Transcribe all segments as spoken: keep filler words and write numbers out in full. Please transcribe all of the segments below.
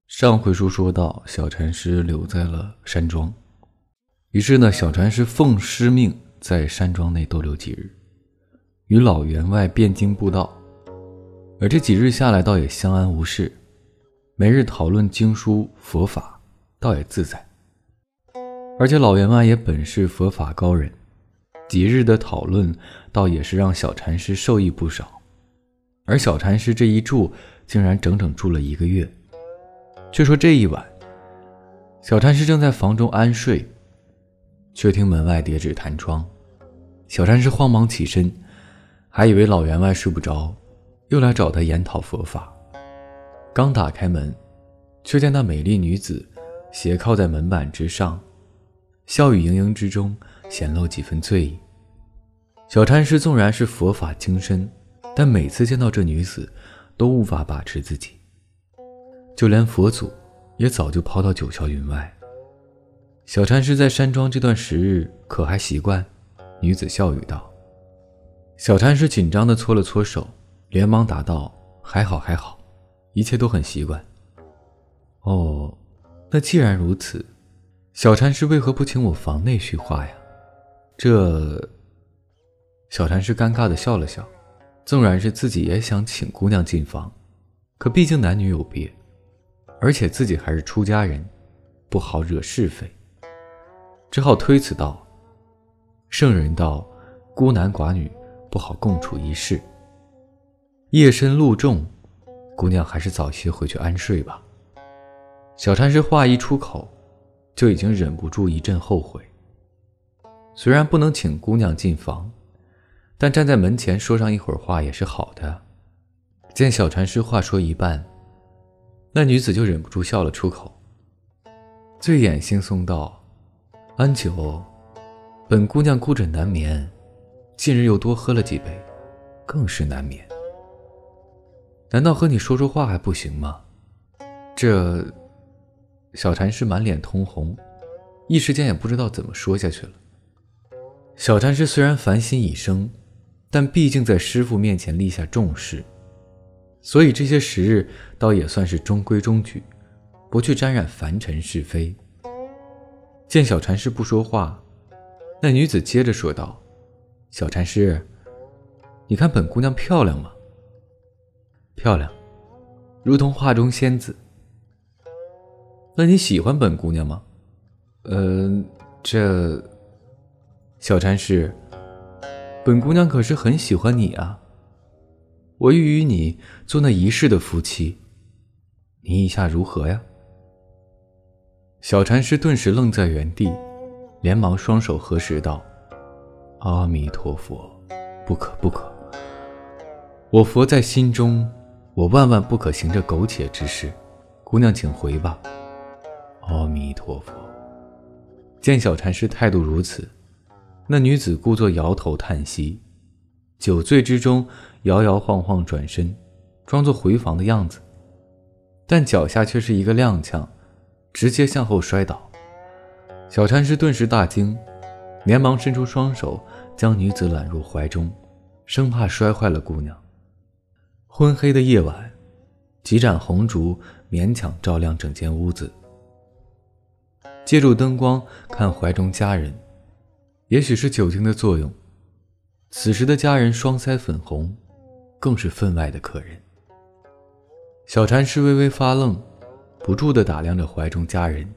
上回书说到，小禅师留在了山庄，于是呢，小禅师奉师命在山庄内逗留几日，与老员外辩经布道，而这几日下来倒也相安无事，每日讨论经书佛法，倒也自在。而且老员外也本是佛法高人，几日的讨论倒也是让小禅师受益不少。而小禅师这一住竟然整整住了一个月。却说这一晚，小禅师正在房中安睡，却听门外叠纸弹窗。小禅师慌忙起身，还以为老员外睡不着，又来找他研讨佛法。刚打开门，却见那美丽女子斜靠在门板之上，笑语盈盈之中显露几分醉意。小禅师纵然是佛法精深，但每次见到这女子都无法把持自己，就连佛祖也早就抛到九霄云外。小禅师在山庄这段时日可还习惯？女子笑语道。小禅师紧张地搓了搓手，连忙答道：还好还好，一切都很习惯。哦，那既然如此，小禅师为何不请我房内叙话呀？这……小禅师尴尬地笑了笑，纵然是自己也想请姑娘进房，可毕竟男女有别，而且自己还是出家人，不好惹是非，只好推辞道：圣人道，孤男寡女不好共处一室，夜深路重，姑娘还是早些回去安睡吧。小禅师话一出口，就已经忍不住一阵后悔。虽然不能请姑娘进房，但站在门前说上一会儿话也是好的。见小禅师话说一半，那女子就忍不住笑了出口，醉眼惺忪道：安九，本姑娘孤枕难眠，近日又多喝了几杯，更是难眠。难道和你说说话还不行吗？这……小禅师满脸通红，一时间也不知道怎么说下去了。小禅师虽然烦心已生，但毕竟在师父面前立下重誓，所以这些时日倒也算是中规中矩，不去沾染凡尘是非。见小禅师不说话，那女子接着说道：小禅师，你看本姑娘漂亮吗？漂亮，如同画中仙子。那你喜欢本姑娘吗？呃，这……小禅师，本姑娘可是很喜欢你啊，我欲与你做那一世的夫妻，你意下如何呀？小禅师顿时愣在原地，连忙双手合十道：阿弥陀佛，不可不可，我佛在心中，我万万不可行这苟且之事，姑娘请回吧。阿弥陀佛。见小禅师态度如此，那女子故作摇头叹息，酒醉之中摇摇晃晃转身，装作回房的样子，但脚下却是一个踉跄，直接向后摔倒。小禅师顿时大惊，连忙伸出双手将女子揽入怀中，生怕摔坏了姑娘。昏黑的夜晚，几盏红烛勉强照亮整间屋子，借助灯光看怀中佳人，也许是酒精的作用，此时的佳人双腮粉红，更是分外的可人。小禅师微微发愣，不住地打量着怀中佳人。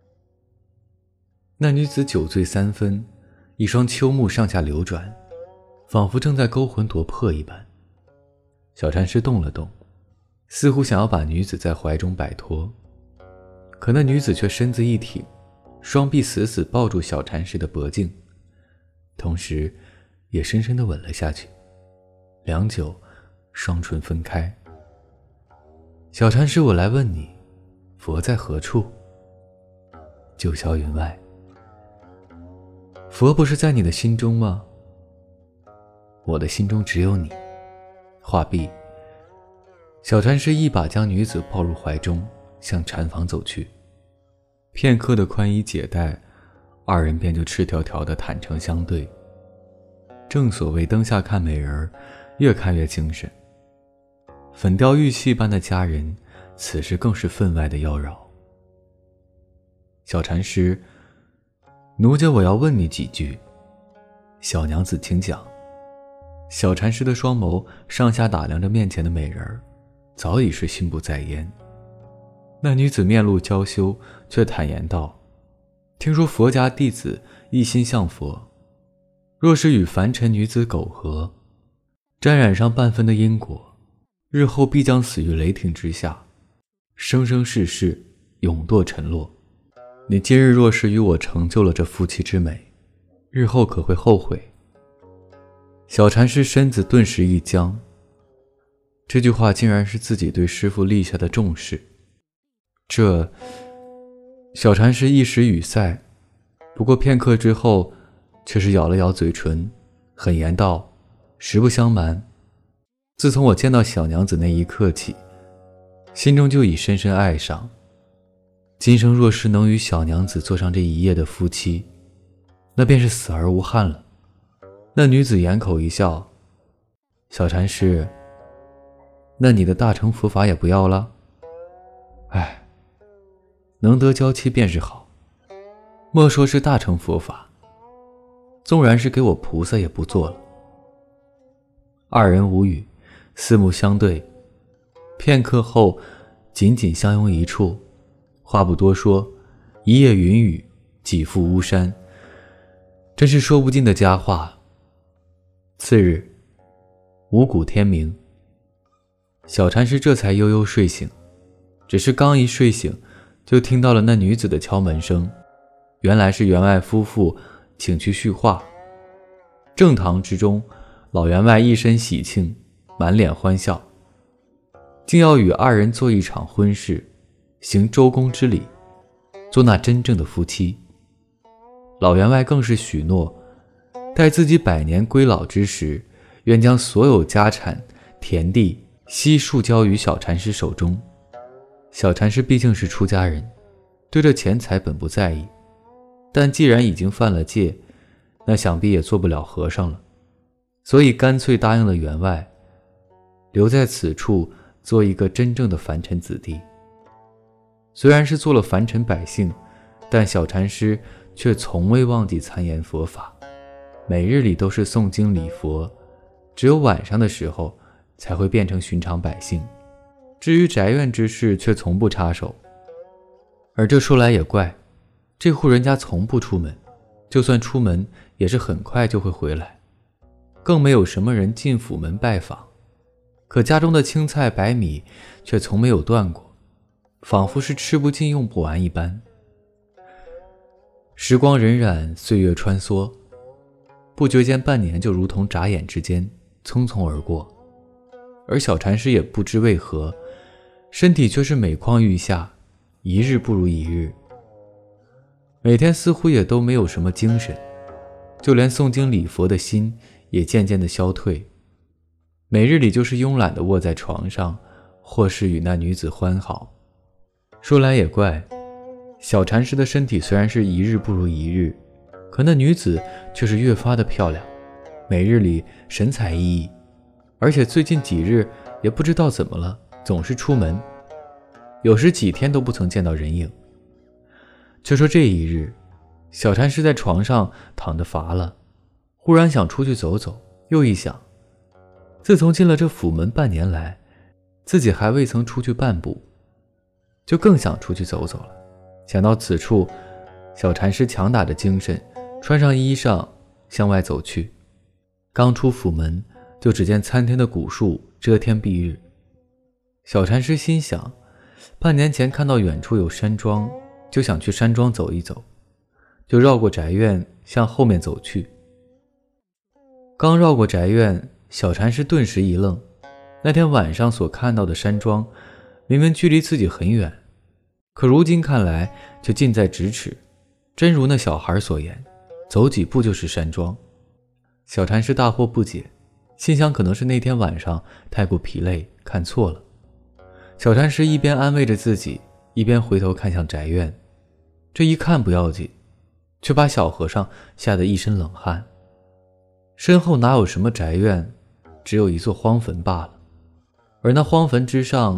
那女子酒醉三分，一双秋目上下流转，仿佛正在勾魂夺魄一般。小禅师动了动，似乎想要把女子在怀中摆脱，可那女子却身子一挺，双臂死死抱住小禅师的脖颈，同时也深深地吻了下去。良久，双唇分开。小禅师，我来问你，佛在何处？九霄云外。佛不是在你的心中吗？我的心中只有你。话毕，小禅师一把将女子抱入怀中，向禅房走去。片刻的宽衣解带，二人便就赤条条的坦诚相对。正所谓灯下看美人，越看越精神。粉雕玉砌般的佳人， 此时更是分外的妖娆。小禅师，奴家我要问你几句。小娘子请讲。小禅师的双眸上下打量着面前的美人儿，早已是心不在焉。那女子面露娇羞，却坦言道：听说佛家弟子一心向佛，若是与凡尘女子苟合，沾染上半分的因果，日后必将死于雷霆之下，生生世世永堕沉落。你今日若是与我成就了这夫妻之美，日后可会后悔？小禅师身子顿时一僵，这句话竟然是自己对师父立下的重誓。这小禅师一时语塞，不过片刻之后却是咬了咬嘴唇，狠言道：实不相瞒，自从我见到小娘子那一刻起，心中就已深深爱上，今生若是能与小娘子做上这一夜的夫妻，那便是死而无憾了。那女子掩口一笑：小禅师，那你的大乘佛法也不要了？唉，能得娇妻便是好，莫说是大乘佛法，纵然是给我菩萨也不做了。二人无语，四目相对，片刻后紧紧相拥一处，话不多说，一夜云雨，几赴巫山，真是说不尽的佳话。次日五谷天明，小禅师这才悠悠睡醒，只是刚一睡醒，就听到了那女子的敲门声。原来是员外夫妇请去叙话。正堂之中，老员外一身喜庆，满脸欢笑，竟要与二人做一场婚事，行周公之礼，做那真正的夫妻。老员外更是许诺，待自己百年归老之时，愿将所有家产田地悉数交于小禅师手中。小禅师毕竟是出家人，对这钱财本不在意，但既然已经犯了戒，那想必也做不了和尚了，所以干脆答应了员外，留在此处做一个真正的凡尘子弟。虽然是做了凡尘百姓，但小禅师却从未忘记参研佛法，每日里都是诵经礼佛，只有晚上的时候才会变成寻常百姓。至于宅院之事却从不插手。而这说来也怪，这户人家从不出门，就算出门也是很快就会回来，更没有什么人进府门拜访。可家中的青菜白米却从没有断过，仿佛是吃不尽用不完一般。时光荏苒，岁月穿梭，不觉间半年就如同眨眼之间匆匆而过。而小禅师也不知为何，身体却是每况愈下，一日不如一日，每天似乎也都没有什么精神，就连诵经礼佛的心也渐渐的消退，每日里就是慵懒地卧在床上，或是与那女子欢好。说来也怪，小禅师的身体虽然是一日不如一日，可那女子却是越发的漂亮，每日里神采奕奕，而且最近几日也不知道怎么了，总是出门，有时几天都不曾见到人影。却说这一日，小禅师在床上躺得乏了，忽然想出去走走，又一想，自从进了这府门半年来，自己还未曾出去半步，就更想出去走走了。想到此处，小禅师强打着精神，穿上衣裳向外走去。刚出府门，就只见参天的古树遮天蔽日。小禅师心想，半年前看到远处有山庄，就想去山庄走一走，就绕过宅院向后面走去。刚绕过宅院，小禅师顿时一愣，那天晚上所看到的山庄明明距离自己很远，可如今看来却近在咫尺，真如那小孩所言，走几步就是山庄。小禅师大惑不解，心想可能是那天晚上太过疲累，看错了。小禅师一边安慰着自己，一边回头看向宅院。这一看不要紧，却把小和尚吓得一身冷汗。身后哪有什么宅院，只有一座荒坟罢了。而那荒坟之上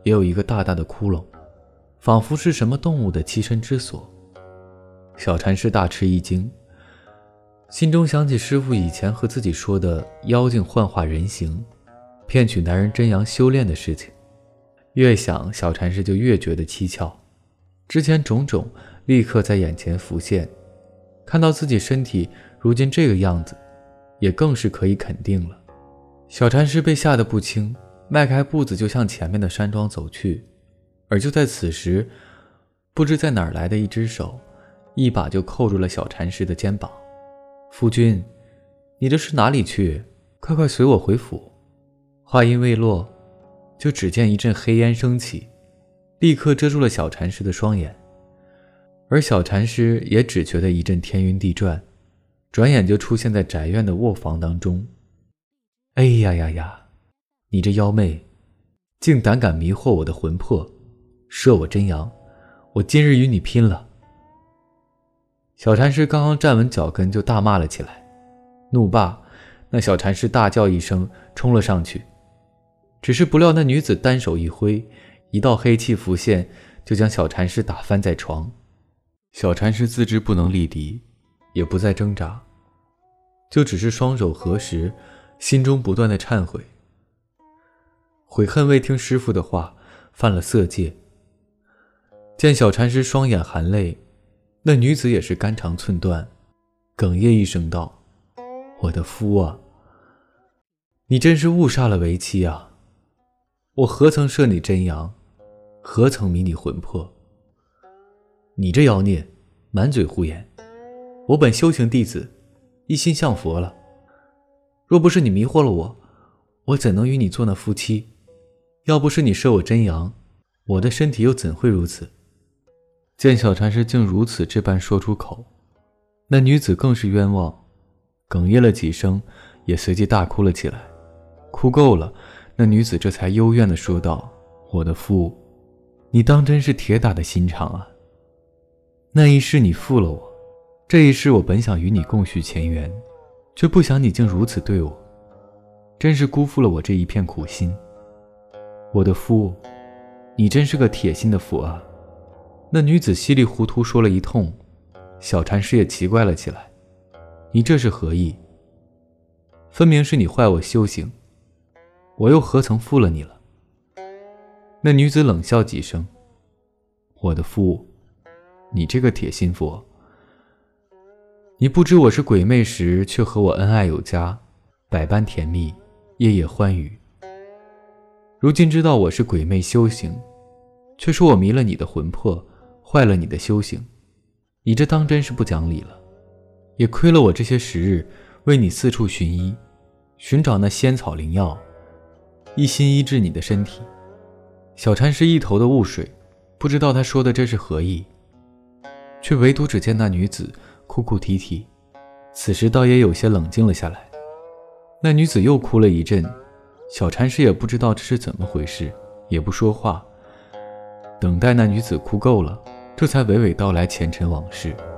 也有一个大大的窟窿，仿佛是什么动物的栖身之所。小禅师大吃一惊，心中想起师父以前和自己说的妖精幻化人形，骗取男人真阳修炼的事情。越想，小禅师就越觉得蹊跷，之前种种立刻在眼前浮现，看到自己身体如今这个样子，也更是可以肯定了。小禅师被吓得不轻，迈开步子就向前面的山庄走去。而就在此时，不知在哪儿来的一只手一把就扣住了小禅师的肩膀。夫君，你这是哪里去？快快随我回府。话音未落，就只见一阵黑烟升起，立刻遮住了小禅师的双眼。而小禅师也只觉得一阵天晕地转，转眼就出现在宅院的卧房当中。哎呀呀呀，你这妖媚，竟胆敢迷惑我的魂魄，摄我真阳，我今日与你拼了！小禅师刚刚站稳脚跟就大骂了起来。怒罢，那小禅师大叫一声冲了上去，只是不料那女子单手一挥，一道黑气浮现，就将小禅师打翻在床。小禅师自知不能力敌，也不再挣扎，就只是双手合十，心中不断的忏悔，悔恨未听师父的话，犯了色戒。见小禅师双眼含泪，那女子也是肝肠寸断，哽咽一声道：我的夫啊，你真是误杀了为妻啊！我何曾摄你真阳，何曾迷你魂魄？你这妖孽，满嘴胡言！我本修行弟子，一心向佛了。若不是你迷惑了我，我怎能与你做那夫妻？要不是你摄我真阳，我的身体又怎会如此？见小禅师竟如此这般说出口，那女子更是冤枉，哽咽了几声，也随即大哭了起来。哭够了，那女子这才幽怨地说道：我的父，你当真是铁打的心肠啊！那一世你负了我，这一世我本想与你共续前缘，却不想你竟如此对我，真是辜负了我这一片苦心。我的父，你真是个铁心的佛啊！那女子稀里糊涂说了一通，小禅师也奇怪了起来，你这是何意？分明是你坏我修行，我又何曾负了你了？那女子冷笑几声，我的父，你这个铁心佛，你不知我是鬼魅时却和我恩爱有加，百般甜蜜，夜夜欢愉。如今知道我是鬼魅修行，却说我迷了你的魂魄，坏了你的修行，你这当真是不讲理了。也亏了我这些时日为你四处寻医，寻找那仙草灵药，一心医治你的身体。小禅师一头的雾水，不知道他说的这是何意，却唯独只见那女子哭哭啼啼，此时倒也有些冷静了下来。那女子又哭了一阵，小禅师也不知道这是怎么回事，也不说话，等待那女子哭够了，这才娓娓道来前尘往事。